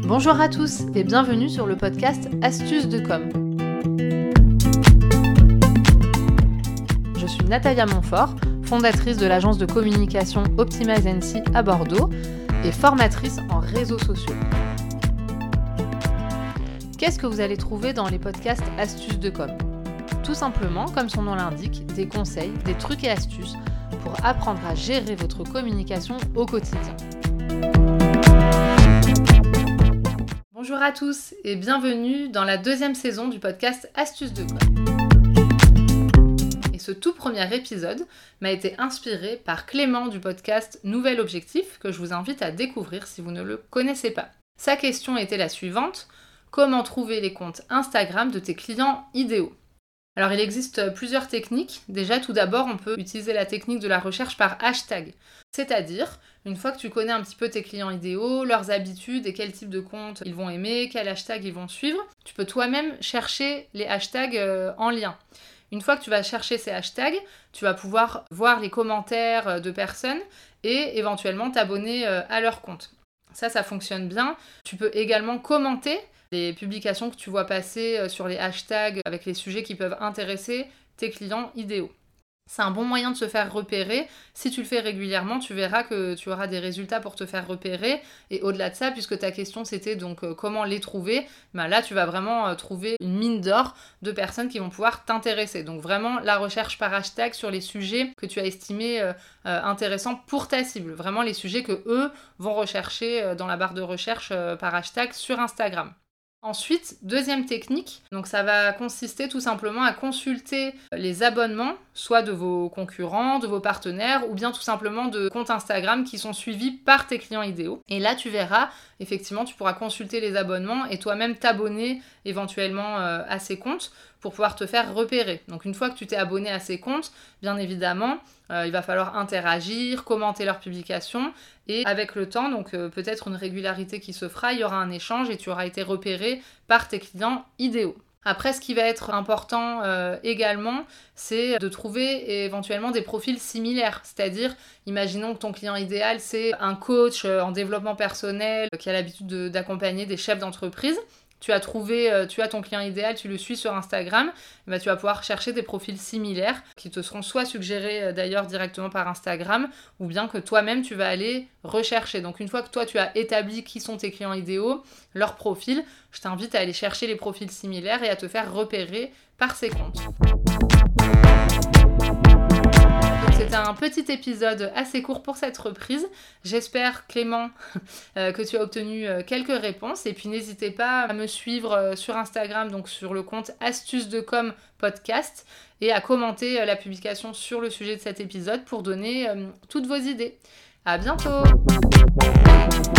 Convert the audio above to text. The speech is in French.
Bonjour à tous et bienvenue sur le podcast Astuces de com. Je suis Natalia Montfort, fondatrice de l'agence de communication Optimize NC à Bordeaux et formatrice en réseaux sociaux. Qu'est-ce que vous allez trouver dans les podcasts Astuces de com ? Tout simplement, comme son nom l'indique, des conseils, des trucs et astuces pour apprendre à gérer votre communication au quotidien. Bonjour à tous et bienvenue dans la deuxième saison du podcast Astuces de com. Et ce tout premier épisode m'a été inspiré par Clément du podcast Nouvel Objectif que je vous invite à découvrir si vous ne le connaissez pas. Sa question était la suivante: comment trouver les comptes Instagram de tes clients idéaux ? Alors il existe plusieurs techniques. Déjà tout d'abord on peut utiliser la technique de la recherche par hashtag. C'est-à-dire, une fois que tu connais un petit peu tes clients idéaux, leurs habitudes et quel type de compte ils vont aimer, quel hashtag ils vont suivre, tu peux toi-même chercher les hashtags en lien. Une fois que tu vas chercher ces hashtags, tu vas pouvoir voir les commentaires de personnes et éventuellement t'abonner à leur compte. Ça fonctionne bien. Tu peux également commenter les publications que tu vois passer sur les hashtags avec les sujets qui peuvent intéresser tes clients idéaux. C'est un bon moyen de se faire repérer. Si tu le fais régulièrement, tu verras que tu auras des résultats pour te faire repérer. Et au-delà de ça, puisque ta question c'était donc comment les trouver, là tu vas vraiment trouver une mine d'or de personnes qui vont pouvoir t'intéresser. Donc vraiment la recherche par hashtag sur les sujets que tu as estimés intéressants pour ta cible. Vraiment les sujets que eux vont rechercher dans la barre de recherche par hashtag sur Instagram. Ensuite, deuxième technique, donc ça va consister tout simplement à consulter les abonnements, soit de vos concurrents, de vos partenaires, ou bien tout simplement de comptes Instagram qui sont suivis par tes clients idéaux. Et là, tu verras, effectivement, tu pourras consulter les abonnements et toi-même t'abonner éventuellement à ces comptes pour pouvoir te faire repérer. Donc une fois que tu t'es abonné à ces comptes, bien évidemment, il va falloir interagir, commenter leurs publications et avec le temps, donc peut-être une régularité qui se fera, il y aura un échange et tu auras été repéré par tes clients idéaux. Après, ce qui va être important également, c'est de trouver éventuellement des profils similaires. C'est-à-dire, imaginons que ton client idéal, c'est un coach en développement personnel qui a l'habitude d'accompagner des chefs d'entreprise. Tu as ton client idéal, tu le suis sur Instagram, tu vas pouvoir chercher des profils similaires qui te seront soit suggérés d'ailleurs directement par Instagram ou bien que toi-même tu vas aller rechercher. Donc une fois que toi tu as établi qui sont tes clients idéaux, leurs profils, je t'invite à aller chercher les profils similaires et à te faire repérer par ces comptes. C'était un petit épisode assez court pour cette reprise. J'espère, Clément, que tu as obtenu quelques réponses. Et puis n'hésitez pas à me suivre sur Instagram, donc sur le compte Astuces de com podcast, et à commenter la publication sur le sujet de cet épisode pour donner toutes vos idées. À bientôt!